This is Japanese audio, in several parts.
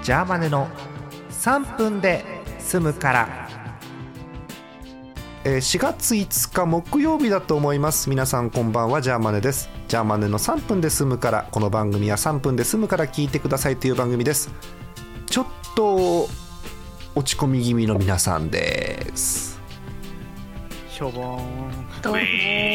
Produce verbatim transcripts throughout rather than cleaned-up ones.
ジャーマネのさんぷんで済むから。えー、しがついつか木曜日だと思います。皆さんこんばんは、ジャーマネです。ジャーマネのさんぷんで済むから、この番組はさんぷんで済むから聞いてくださいという番組です。ちょっと落ち込み気味の皆さんです。 しょぼーんどうも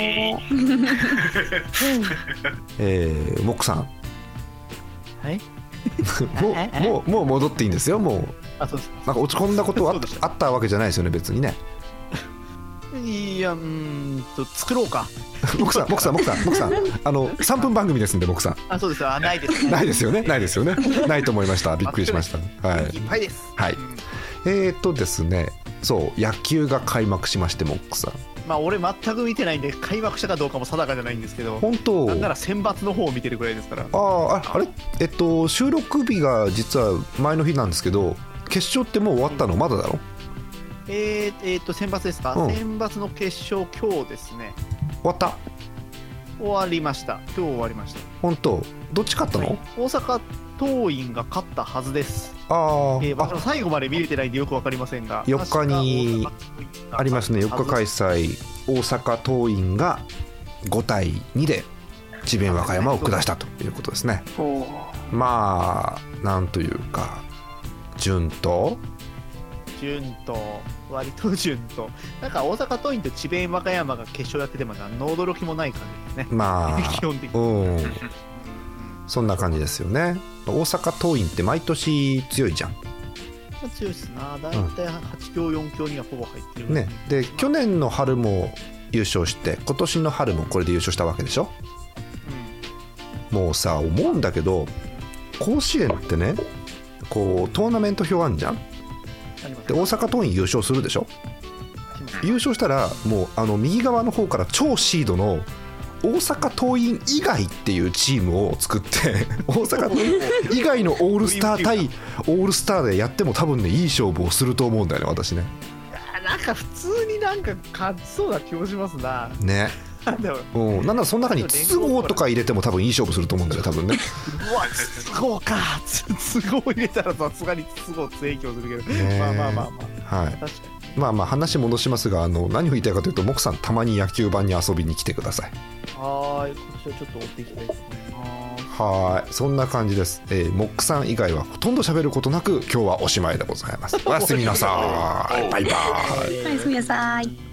えー、モックさんはいもうもうもう戻っていいんですよ。もうあ、そうです。 なんか落ち込んだことあっそうでしたあったわけじゃないですよね、別にね。 いや、うーんと作ろうか。 モクさんモクさんモクさんモクさんあのさんぷん番組ですんで、モクさんあ、そうですよ。あ、ないです、ね、 ないですよね、ないですよね、ないと思いました。びっくりしました。はい、 いっぱいです。 はい、うん、えーっとですね、そう野球が開幕しまして、モックさん、 まあ俺全く見てないんで開幕したかどうかも定かじゃないんですけど、 本当なんなら選抜の方を見てるくらいですから。 ああ、あれえっと収録日が実は前の日なんですけど、決勝ってもう終わったの？まだだろ？ えー、えー、っと選抜ですか、 うん、 選抜の決勝今日ですね。 終わった？ 終わりました。今日終わりました。 本当？どっち勝ったの？はい、 大阪桐蔭が勝ったはずです。 あー、 えー、私も最後まで見れてないんでよく分かりませんが、 よっかにありますね。よっか開催、大阪桐蔭がごたいにで智弁和歌山を下したということですね。まあなんというか順と順と割と順と、なんか大阪桐蔭と智弁和歌山が決勝やってても何の驚きもない感じですね。 まあ基本的に、 うん、そんな感じですよね。大阪桐蔭って毎年強いじゃん。 強いですな。だいたいはち強よん強にはほぼ入ってるね。で去年の春も優勝して、今年の春もこれで優勝したわけでしょ、うん、もうさ思うんだけど、甲子園ってね、こうトーナメント表あんじゃん。で大阪桐蔭優勝するでしょ。優勝したらもうあの右側の方から超シードの大阪桐蔭以外っていうチームを作って大阪桐蔭以外のオールスター対オールスターでやっても多分ね、いい勝負をすると思うんだよね、私ね。 なんか普通になんか勝ちそうな気もしますなね。うん、なんならその中に筒香とか入れても多分いい勝負すると思うんだよ、多分ね。 うわ、筒香か。筒香入れたらさすがに筒香影響するけど、ね、まあまあまあまあ、はい、確かに。まあまあ話戻しますが、あの何を言いたいかというと、モクさんたまに野球盤に遊びに来てください。 はい、こちらちょっと追っていきたいですね。 はい、そんな感じです。えー、モックさん以外はほとんど喋ることなく今日はおしまいでございます。おやすみなさい。バイバイ。 おやすみなさい。